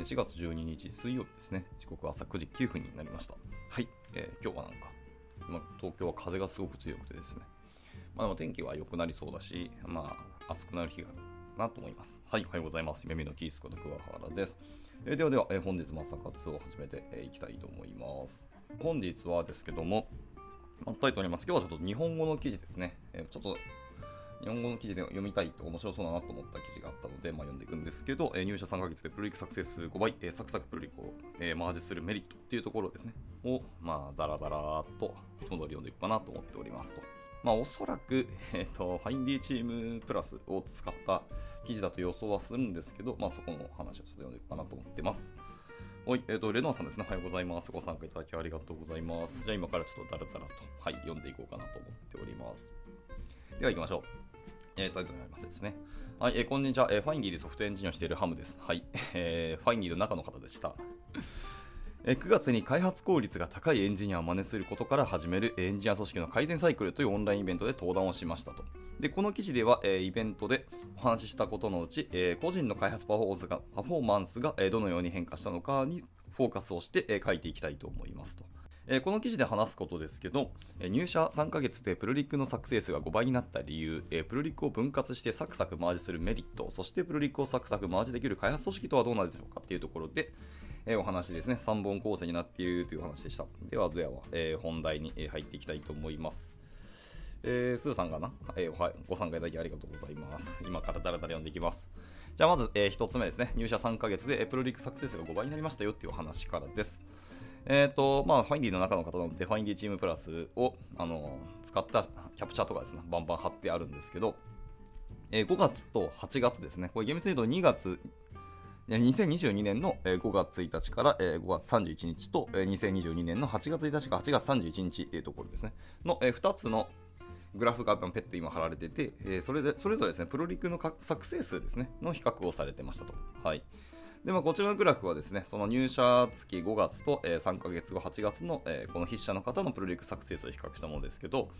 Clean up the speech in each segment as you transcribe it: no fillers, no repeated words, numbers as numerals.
4月12日水曜日ですね。時刻は朝9時9分になりました。はい、今日は東京は風がすごく強くてですね。でも天気は良くなりそうだし、暑くなる日がなと思います。はい、おはようございます。夢見のキースこと桑原です。では、本日も朝活を始めていきたいと思います。本日はですけども、タイトルにます。今日はちょっと日本語の記事ですね。ちょっと日本語の記事で読みたいと面白そうだなと思った記事があったので、読んでいくんですけど、入社3ヶ月でプロリク作成数5倍、サクサクプロリクを、マージするメリットっていうところですね。を、ダラダラーっといつも通り読んでいくかなと思っておりますと。おそらく、ファインディチームプラスを使った記事だと予想はするんですけど、そこの話をちょっと読んでいくかなと思ってます。レノアさんですね。おはようございます。ご参加いただきありがとうございます。じゃあ今からちょっとダラダラと、読んでいこうかなと思っております。では行きましょう。タイトルになりますですね。はい、こんにちは、ファインディでソフトエンジニアをしているハムです。はい、ファインディの中の方でした。9月に開発効率が高いエンジニアを真似することから始めるエンジニア組織の改善サイクルというオンラインイベントで登壇をしましたと。で、この記事では、イベントでお話ししたことのうち、個人の開発パフォーマンスがどのように変化したのかにフォーカスをして、書いていきたいと思いますと。この記事で話すことですけど、入社3ヶ月でプロリクの作成数が5倍になった理由、プロリクを分割してサクサクマージするメリット、そしてプロリクをサクサクマージできる開発組織とはどうなるでしょうかっていうところで、お話ですね。3本構成になっているという話でした。では、本題に入っていきたいと思います。スーさんがご参加いただきありがとうございます。今からだらだら読んでいきます。じゃあまず、1つ目ですね。入社3ヶ月でプロリク作成数が5倍になりましたよっていう話からです。ファインディの中の方なので、ファインディチームプラスを使ったキャプチャーとかですね、バンバン貼ってあるんですけど、5月と8月ですね。これ厳密に言うと2022年の5月1日から5月31日と2022年の8月1日から8月31日というところですね。の2つのグラフがペット今貼られてて、それぞれですね、プロリクの作成数ですね、の比較をされてましたと。はい。で、こちらのグラフはですね、その入社月5月と3ヶ月後8月のこの筆者の方のプロリク作成数を比較したものですけど、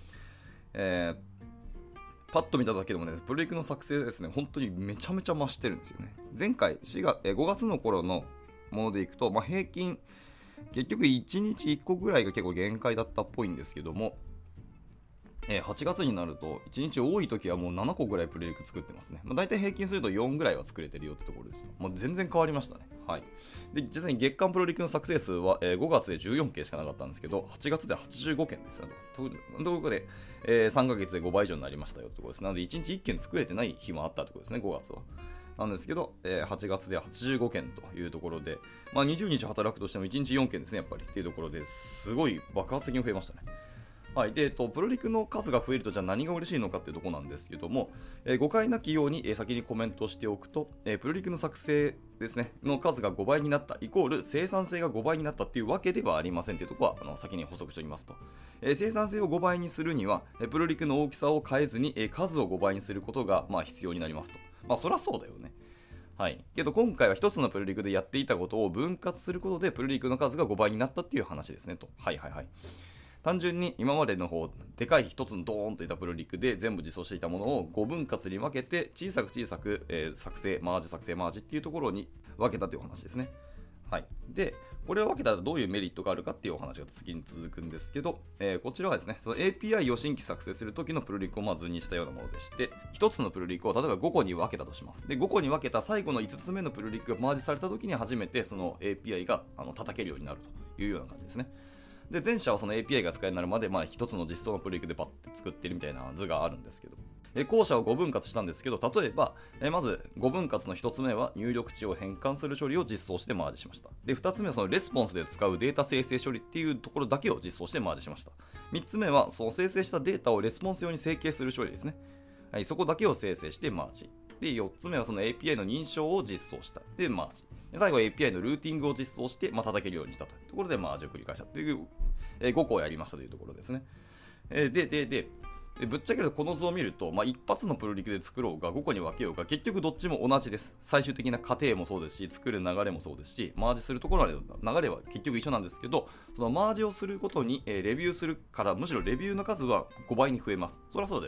パッと見ただけでもね、プロリクの作成ですね、本当にめちゃめちゃ増してるんですよね。前回5月の頃のものでいくと、平均、結局1日1個ぐらいが結構限界だったっぽいんですけども、8月になると1日多い時はもう7個ぐらいプロリク作ってますね。大体平均すると4ぐらいは作れてるよってところですと。もう全然変わりましたね。はい。で、実際に月間プロリクの作成数は5月で14件しかなかったんですけど、8月で85件ですよ。ということで、3ヶ月で5倍以上になりましたよってことです。なので1日1件作れてない日もあったってことですね、5月は。なんですけど、8月で85件というところで、20日働くとしても1日4件ですね、やっぱりっていうところですごい爆発的に増えましたね。はい、でプロリクの数が増えるとじゃあ何が嬉しいのかっていうところなんですけども、誤解なきように、先にコメントしておくと、プロリクの作成ですねの数が5倍になったイコール生産性が5倍になったっていうわけではありませんというところは先に補足しておきますと、生産性を5倍にするにはプロリクの大きさを変えずに数を5倍にすることが必要になりますと。そりゃそうだよね。はい、けど今回は一つのプロリクでやっていたことを分割することでプロリクの数が5倍になったっていう話ですねと。単純に今までの方、でかい一つのドーンといったプロリクで全部実装していたものを5分割に分けて小さく、作成、マージっていうところに分けたというお話ですね。はい。で、これを分けたらどういうメリットがあるかっていうお話が次に続くんですけど、こちらはですね、その API を新規作成するときのプロリクを図にしたようなものでして、1つのプロリクを例えば5個に分けたとします。で、5個に分けた最後の5つ目のプロリクがマージされたときに初めてその API が叩けるようになるというような感じですね。で、前者はその API が使えるようになるまで、一つの実装のプロリクでバッて作ってるみたいな図があるんですけど、後者を5分割したんですけど、例えば、まず5分割の1つ目は入力値を変換する処理を実装してマージしました。で、2つ目はそのレスポンスで使うデータ生成処理っていうところだけを実装してマージしました。3つ目はその生成したデータをレスポンス用に整形する処理ですね。はい、そこだけを生成してマージ。で、4つ目はその API の認証を実装した。で、マージ。最後は API のルーティングを実装して、叩けるようにしたというところでマージを繰り返したという、5個をやりましたというところですね。で、ぶっちゃけるとこの図を見ると、一発のプロリクで作ろうが5個に分けようが結局どっちも同じです。最終的な過程もそうですし、作る流れもそうですし、マージするところの流れは結局一緒なんですけど、そのマージをすることにレビューするから、むしろレビューの数は5倍に増えます。そりゃそうだよね。1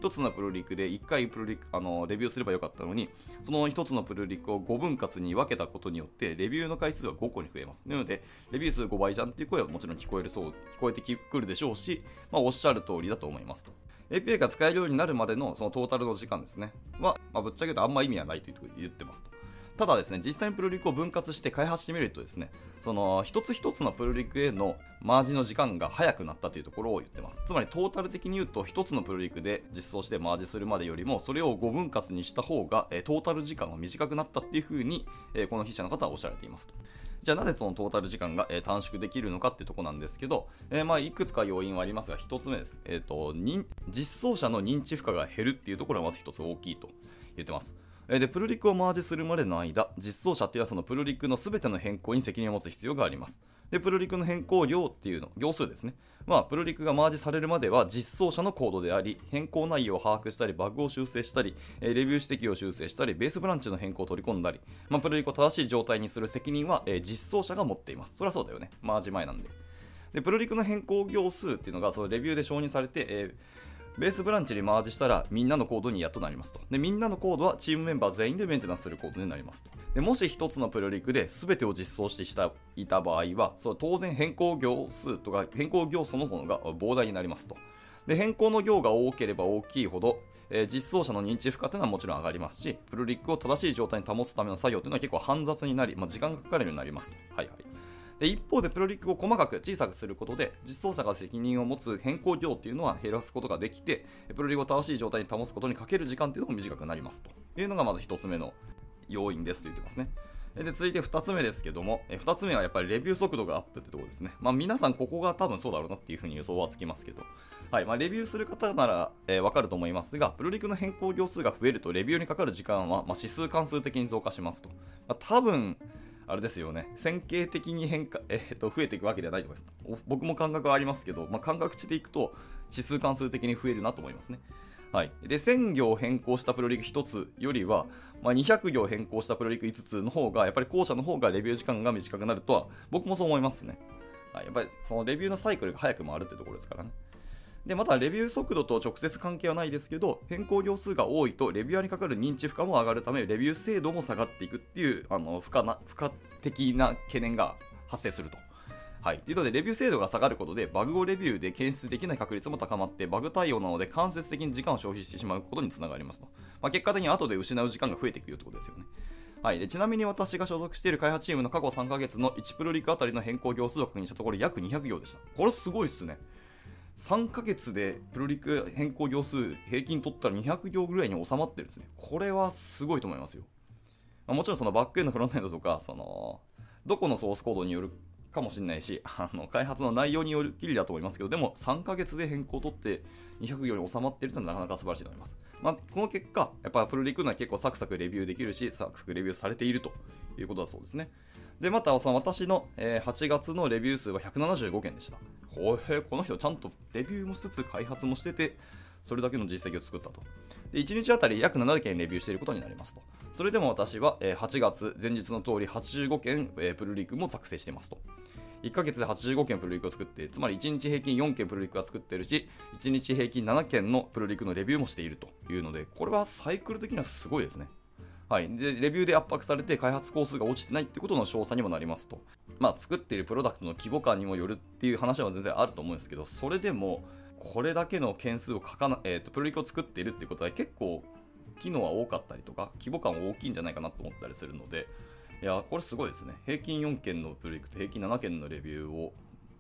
1つのプルリクで1回プルリクレビューすればよかったのに、その1つのプルリクを5分割に分けたことによってレビューの回数は5個に増えます。なのでレビュー数5倍じゃんっていう声はもちろん聞こえてくるでしょうし、おっしゃる通りだと思いますと。API が使えるようになるまでのそのトータルの時間ですねは、ぶっちゃけ言うとあんま意味はないと言ってますと。ただですね、実際にプルリクを分割して開発してみるとですね、その一つ一つのプルリクへのマージの時間が早くなったというところを言ってます。つまりトータル的に言うと一つのプルリクで実装してマージするまでよりもそれを5分割にした方がトータル時間が短くなったっていう風にこの筆者の方はおっしゃられていますと。じゃあなぜそのトータル時間が短縮できるのかっていうところなんですけど、いくつか要因はありますが、1つ目です。実装者の認知負荷が減るっていうところがまず1つ大きいと言ってます。でプルリクをマージするまでの間、実装者っていうのはそのプルリクの全ての変更に責任を持つ必要があります。でプルリクの変更量っていうの、行数ですね。プルリクがマージされるまでは実装者のコードであり、変更内容を把握したり、バグを修正したり、レビュー指摘を修正したり、ベースブランチの変更を取り込んだり、プルリクを正しい状態にする責任は、実装者が持っています。そりゃそうだよね。マージ前なんで。でプルリクの変更行数っていうのがそのレビューで承認されて、ベースブランチにマージしたらみんなのコードにやっとなりますと。でみんなのコードはチームメンバー全員でメンテナンスするコードになりますと。でもし一つのプルリクで全てを実装していた場合は、当然変更行数とか変更行そのものが膨大になりますと。で変更の行が多ければ大きいほど、実装者の認知負荷というのはもちろん上がりますし、プルリクを正しい状態に保つための作業というのは結構煩雑になり、時間がかかるようになりますと。はいはい。で一方でプルリクを細かく小さくすることで実装者が責任を持つ変更量というのは減らすことができて、プルリクを正しい状態に保つことにかける時間というのも短くなりますというのがまず1つ目の要因ですと言ってますね。で続いて2つ目ですけども、2つ目はやっぱりレビュー速度がアップってところですね。皆さんここが多分そうだろうなっていうふうに予想はつきますけど、はい、レビューする方なら、わかると思いますが、プルリクの変更行数が増えるとレビューにかかる時間は、指数関数的に増加しますと。多分あれですよね、線形的に増えていくわけではないと思います。僕も感覚はありますけど、感覚値でいくと指数関数的に増えるなと思いますね。はい、で1000行変更したプルリク1つよりは、200行変更したプルリク5つの方がやっぱり後者の方がレビュー時間が短くなるとは僕もそう思いますね。はい、やっぱりそのレビューのサイクルが早く回るってところですからね。でまたレビュー速度と直接関係はないですけど、変更行数が多いとレビュアーにかかる認知負荷も上がるためレビュー精度も下がっていくっていう負荷的な懸念が発生すると。はい、というのでレビュー精度が下がることでバグをレビューで検出できない確率も高まって、バグ対応なので間接的に時間を消費してしまうことにつながりますと。結果的に後で失う時間が増えていくよということですよね。はい、でちなみに私が所属している開発チームの過去3ヶ月の1プルリクあたりの変更行数を確認したところ約200行でした。これすごいっすね。3ヶ月でプルリク変更行数平均取ったら200行ぐらいに収まってるんですね。これはすごいと思いますよ。もちろんそのバックエンドフロントエンドとかどこのソースコードによるかもしれないし、開発の内容によるきりだと思いますけど、でも3ヶ月で変更を取って200行に収まっているというのはなかなか素晴らしいと思います。この結果やっぱプルリクのは結構サクサクレビューできるし、サクサクレビューされているということだそうですね。でまた私の8月のレビュー数は175件でした。この人ちゃんとレビューもしつつ開発もしてて、それだけの実績を作ったと。で1日あたり約7件レビューしていることになりますと。それでも私は8月前日の通り85件プルリクも作成していますと。1ヶ月で85件プルリクを作って、つまり1日平均4件プルリクが作っているし、1日平均7件のプルリクのレビューもしているというので、これはサイクル的にはすごいですね。はい、でレビューで圧迫されて開発工数が落ちてないってことの証左にもなりますと。作っているプロダクトの規模感にもよるっていう話は全然あると思うんですけど、それでもこれだけの件数をプルリクを作っているってことは結構機能は多かったりとか規模感は大きいんじゃないかなと思ったりするので、いやこれすごいですね。平均4件のプルリクと平均7件のレビューを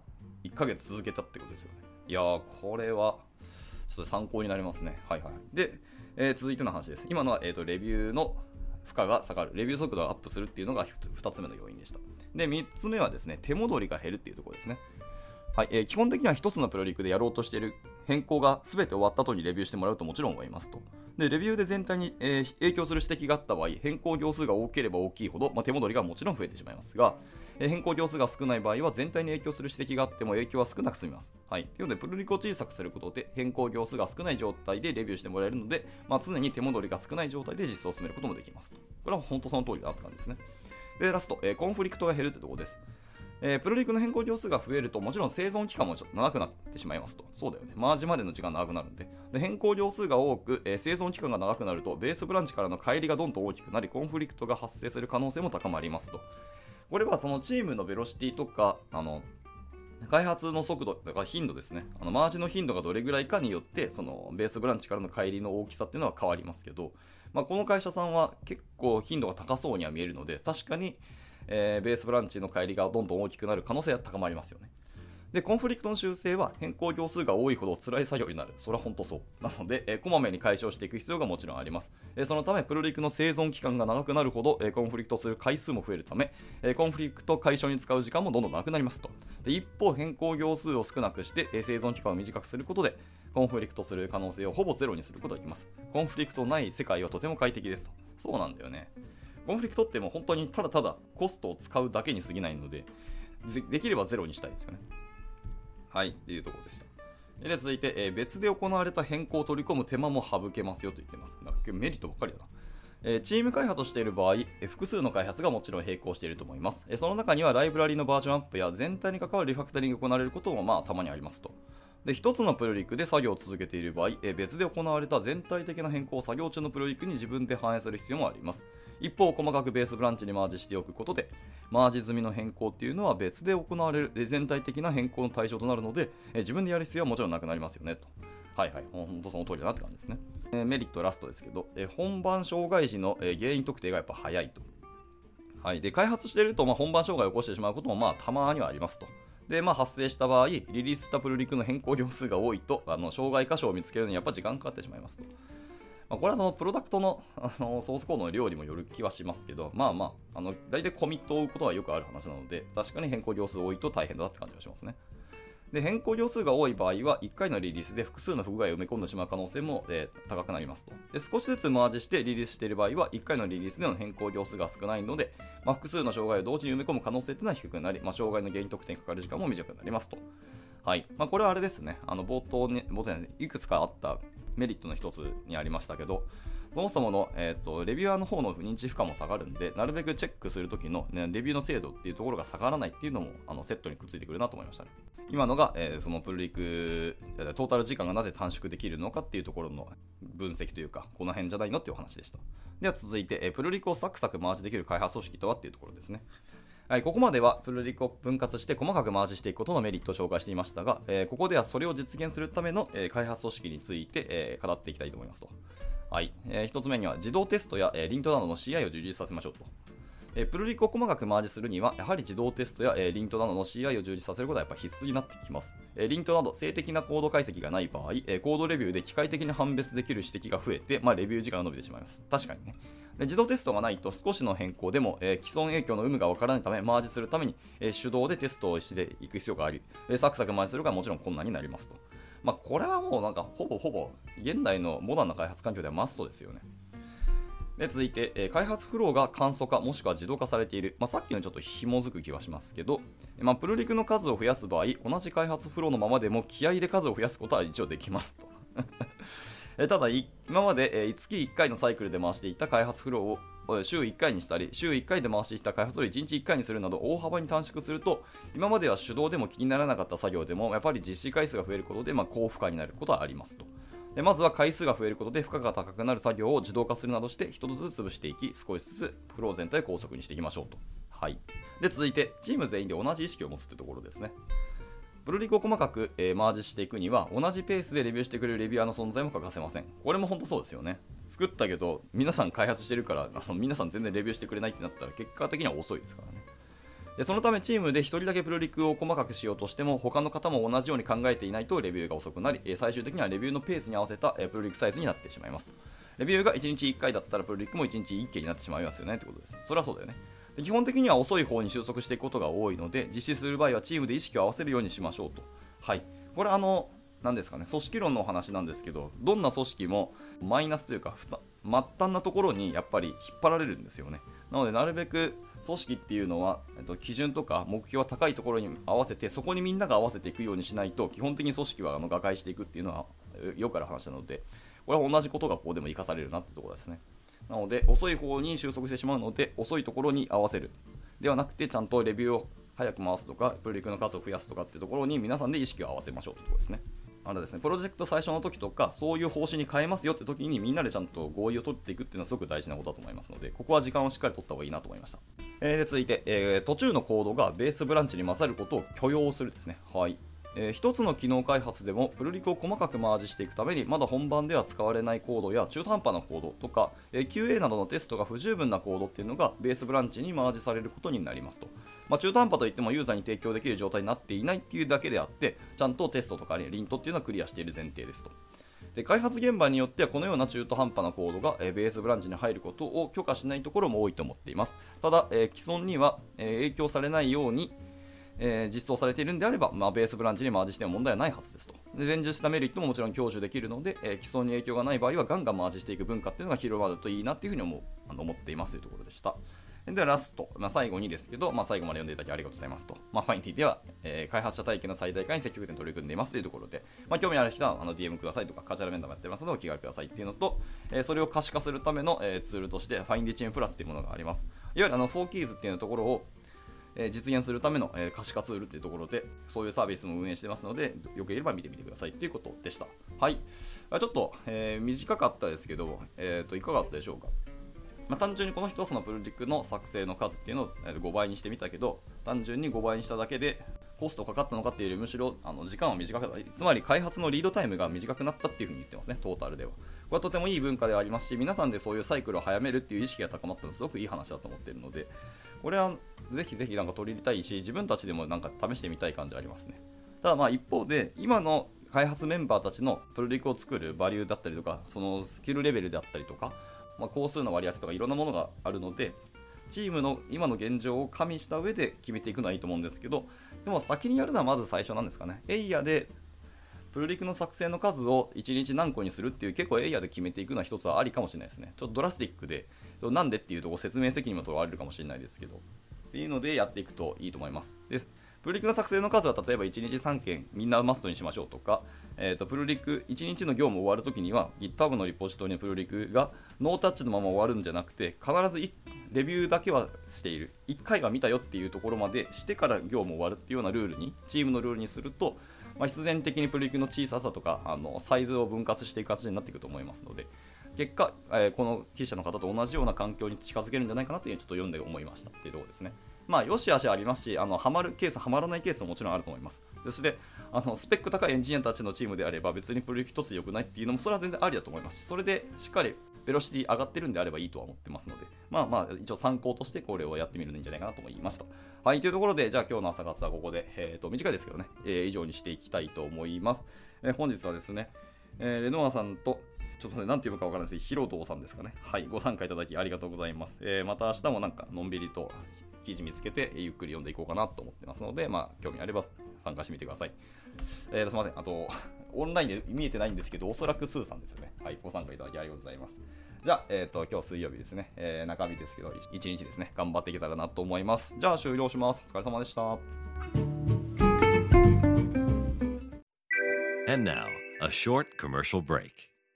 1ヶ月続けたってことですよね。いやこれはちょっと参考になりますね。はいはい。で、続いての話です。今のは、レビューの負荷が下がる、レビュー速度がアップするっていうのが2つ目の要因でした。で3つ目はですね、手戻りが減るっていうところですね。はい、基本的には1つのプロリクでやろうとしている変更が全て終わった後にレビューしてもらうともちろん思いますと。でレビューで全体に、影響する指摘があった場合、変更行数が多ければ大きいほど、手戻りがもちろん増えてしまいますが、変更行数が少ない場合は全体に影響する指摘があっても影響は少なく済みます。はい、というのでプルリクを小さくすることで変更行数が少ない状態でレビューしてもらえるので、常に手戻りが少ない状態で実装を進めることもできますと。これは本当その通りだって感じですね。でラスト、コンフリクトが減るというところです。 プロリーグの変更行数が増えると、もちろん生存期間もちょっと長くなってしまいますと。そうだよね。マージまでの時間長くなるんで。変更行数が多く、生存期間が長くなると、ベースブランチからの乖離がどんどん大きくなり、コンフリクトが発生する可能性も高まりますと。これはそのチームのベロシティとか、開発の速度とか頻度ですね。マージの頻度がどれぐらいかによって、そのベースブランチからの乖離の大きさっていうのは変わりますけど、この会社さんは結構頻度が高そうには見えるので、確かに、ベースブランチの乖離がどんどん大きくなる可能性は高まりますよね。で、コンフリクトの修正は変更行数が多いほど辛い作業になる。それは本当そう。なので、こまめに解消していく必要がもちろんあります。そのため、プロリクの生存期間が長くなるほど、コンフリクトする回数も増えるため、コンフリクト解消に使う時間もどんどんなくなりますと。で、一方、変更行数を少なくして、生存期間を短くすることで、コンフリクトする可能性をほぼゼロにすることができます。コンフリクトない世界はとても快適ですと。そうなんだよね。コンフリクトってもう本当にただただコストを使うだけに過ぎないので、できればゼロにしたいですよね。はい、っていうところでした。で、続いて、別で行われた変更を取り込む手間も省けますよと言っています。なんかメリットばっかりだな。チーム開発をしている場合、複数の開発がもちろん並行していると思います。その中にはライブラリのバージョンアップや全体に関わるリファクタリングが行われることもたまにありますと。で、一つのプロリクで作業を続けている場合、別で行われた全体的な変更を作業中のプロリクに自分で反映する必要もあります。一方、細かくベースブランチにマージしておくことで、マージ済みの変更っていうのは別で行われる全体的な変更の対象となるので、自分でやる必要はもちろんなくなりますよねと。はいはい、本当その通りだなって感じですね。メリットラストですけど、本番障害時の原因特定がやっぱ早いと。はい、で開発していると本番障害を起こしてしまうこともたまにはありますと。で、発生した場合、リリースしたプロリクの変更行数が多いと、障害箇所を見つけるのにやっぱ時間かかってしまいますと。これはそのプロダクトの、ソースコードの量にもよる気はしますけど、大体コミットを追うことはよくある話なので、確かに変更行数多いと大変だって感じがしますね。で、変更行数が多い場合は、1回のリリースで複数の不具合を埋め込んでしまう可能性も、高くなりますと。で、少しずつマージしてリリースしている場合は、1回のリリースでの変更行数が少ないので、複数の障害を同時に埋め込む可能性というのは低くなり、障害の原因特定にかかる時間も短くなりますと。はい。これはあれですね、冒頭にいくつかあったメリットの一つにありましたけど、そもそもの、レビュアーの方の認知負荷も下がるんで、なるべくチェックするときの、レビューの精度っていうところが下がらないっていうのもセットにくっついてくるなと思いましたね。今のが、そのプルリクトータル時間がなぜ短縮できるのかっていうところの分析というか、この辺じゃないのっていうお話でした。では続いて、プルリクをサクサクマージできる開発組織とはっていうところですね。はい、ここまではプルリクを分割して細かくマージしていくことのメリットを紹介していましたが、ここではそれを実現するための、開発組織について、語っていきたいと思いますと。はい、1つ目には自動テストや、リントなどの CI を充実させましょうと。プルリクを細かくマージするには、やはり自動テストや、リントなどの CI を充実させることはやっぱ必須になってきます。リントなど静的なコード解析がない場合、コードレビューで機械的に判別できる指摘が増えて、レビュー時間が伸びてしまいます。確かにね。で自動テストがないと少しの変更でも、既存影響の有無が分からないため、マージするために、手動でテストをしていく必要があり、サクサクマージするがもちろん困難になりますと。これはもうほぼ現代のモダンな開発環境ではマストですよね。で続いて、開発フローが簡素化もしくは自動化されている、さっきのちょっと紐づく気はしますけど、プルリクの数を増やす場合、同じ開発フローのままでも気合で数を増やすことは一応できますと。ただ今まで月1回のサイクルで回していた開発フローを週1回にしたり、週1回で回していた開発を1日1回にするなど大幅に短縮すると、今までは手動でも気にならなかった作業でもやっぱり実施回数が増えることで高負荷になることはありますと。でまずは回数が増えることで負荷が高くなる作業を自動化するなどして一つずつ潰していき、少しずつフロー全体を高速にしていきましょうと。はい。で続いてチーム全員で同じ意識を持つというところですね。プルリクを細かく、マージしていくには同じペースでレビューしてくれるレビュアーの存在も欠かせません。これも本当そうですよね。作ったけど皆さん開発してるから皆さん全然レビューしてくれないってなったら結果的には遅いですからね。でそのためチームで1人だけプルリクを細かくしようとしても他の方も同じように考えていないとレビューが遅くなり、最終的にはレビューのペースに合わせたプルリクサイズになってしまいます。レビューが1日1回だったらプルリクも1日1件になってしまいますよねってことです。それはそうだよね。で基本的には遅い方に収束していくことが多いので、実施する場合はチームで意識を合わせるようにしましょうと。はい、これ何ですかね、組織論のお話なんですけど、どんな組織もマイナスというか末端なところにやっぱり引っ張られるんですよね。なのでなるべく組織っていうのは、基準とか目標は高いところに合わせて、そこにみんなが合わせていくようにしないと基本的に組織は瓦解していくっていうのはよくある話なので、これは同じことがここでも生かされるなってところですね。なので遅い方に収束してしまうので、遅いところに合わせるではなくて、ちゃんとレビューを早く回すとかプルリクの数を増やすとかっていうところに皆さんで意識を合わせましょうというところですね。ですね、プロジェクト最初の時とかそういう方針に変えますよって時にみんなでちゃんと合意を取っていくっていうのはすごく大事なことだと思いますので、ここは時間をしっかり取った方がいいなと思いました。で続いて、途中のコードがベースブランチに勝ることを許容するですね。はい。一つの機能開発でもプルリクを細かくマージしていくためにまだ本番では使われないコードや中途半端なコードとか、QA などのテストが不十分なコードっていうのがベースブランチにマージされることになりますと。中途半端といってもユーザーに提供できる状態になっていないっていうだけであって、ちゃんとテストとかリントっていうのはクリアしている前提ですと。で開発現場によってはこのような中途半端なコードがベースブランチに入ることを許可しないところも多いと思っています。ただ、既存には影響されないように実装されているのであれば、ベースブランチにマージしても問題はないはずですと。で前述したメリットももちろん享受できるので、既存に影響がない場合はガンガンマージしていく文化っていうのが広まるといいなっていうふうに思っていますというところでした。でラスト、最後にですけど、最後まで読んでいただきありがとうございますと。ファインディでは、開発者体験の最大化に積極的に取り組んでいますというところで、興味ある人はDM くださいとか、カジュアル面談もやってますのでお気軽くださいっていうのと、それを可視化するための、ツールとして、ファインディチェーンプラスというものがあります。いわゆる4キーズっていうところを実現するための可視化ツールというところでそういうサービスも運営してますので、よければ見てみてくださいということでした。はい。ちょっと、短かったですけど、いかがだったでしょうか。単純にこの一つのプロジェクトの作成の数っていうのを5倍にしてみたけど、単純に5倍にしただけでコストかかったのかっていうよりむしろ時間は短くなった、つまり開発のリードタイムが短くなったっていうふうに言ってますね、トータルでは。これはとてもいい文化ではありますし、皆さんでそういうサイクルを早めるっていう意識が高まったのはすごくいい話だと思っているので、これはぜひぜひ取り入れたいし、自分たちでも試してみたい感じありますね。ただ一方で今の開発メンバーたちのプロリクを作るバリューだったりとか、そのスキルレベルであったりとか、工数の割り当てとかいろんなものがあるので、チームの今の現状を加味した上で決めていくのはいいと思うんですけど、でも先にやるのはまず最初なんですかね。エイヤでプロリクの作成の数を1日何個にするっていう、結構エイヤで決めていくのは一つはありかもしれないですね。ちょっとドラスティックで、なんでっていうとこ説明責任も問われるかもしれないですけど、っていうのでやっていくといいと思います。でプロリクの作成の数は例えば1日3件みんなマストにしましょうとか、プロリク1日の業務終わるときには GitHub のリポジトリのプロリクがノータッチのまま終わるんじゃなくて、必ずレビューだけはしている、1回は見たよっていうところまでしてから業務終わるっていうようなルールに、チームのルールにすると、必然的にプロリクの小ささとかサイズを分割していく形になっていくと思いますので、結果、この記者の方と同じような環境に近づけるんじゃないかなというのをちょっと読んで思いましたっていうところですね。よしあしありますし、ハマるケース、ハマらないケースももちろんあると思います。そしてスペック高いエンジニアたちのチームであれば別にプロリク一つで良くないっていうのもそれは全然ありだと思いますし、それでしっかりベロシティ上がってるんであればいいとは思ってますので、一応参考としてこれをやってみるのいいんじゃないかなと思いました。はい、というところで、じゃあ今日の朝活はここで、短いですけどね、以上にしていきたいと思います。本日はですね、レノアさんとちょっと何て読むかわからないですけど、ヒロトさんですかね。はい、ご参加いただきありがとうございます。また明日ものんびりと記事見つけてゆっくり読んでいこうかなと思ってますので、興味あれば参加してみてください。すみません。あと、オンラインで見えてないんですけど、おそらくスーさんですよね。はい、ご参加いただきありがとうございます。じゃあ、今日水曜日ですね。中日ですけど、一日ですね、頑張っていけたらなと思います。じゃあ、終了します。お疲れ様でした。 And now, a short commercial break.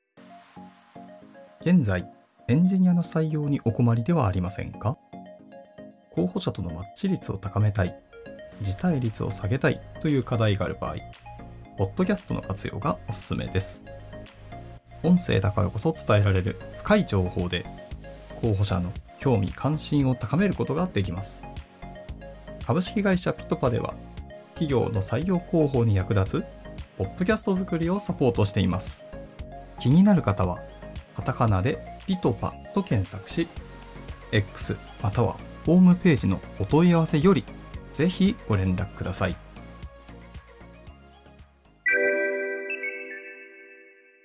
現在、エンジニアの採用にお困りではありませんか？候補者とのマッチ率を高めたい、辞退率を下げたいという課題がある場合、ポッドキャストの活用がおすすめです。音声だからこそ伝えられる深い情報で、候補者の興味関心を高めることができます。株式会社ピトパでは、企業の採用広報に役立つポッドキャスト作りをサポートしています。気になる方は、カタカナでピトパと検索し、X またはホームページのお問い合わせよりぜひご連絡ください。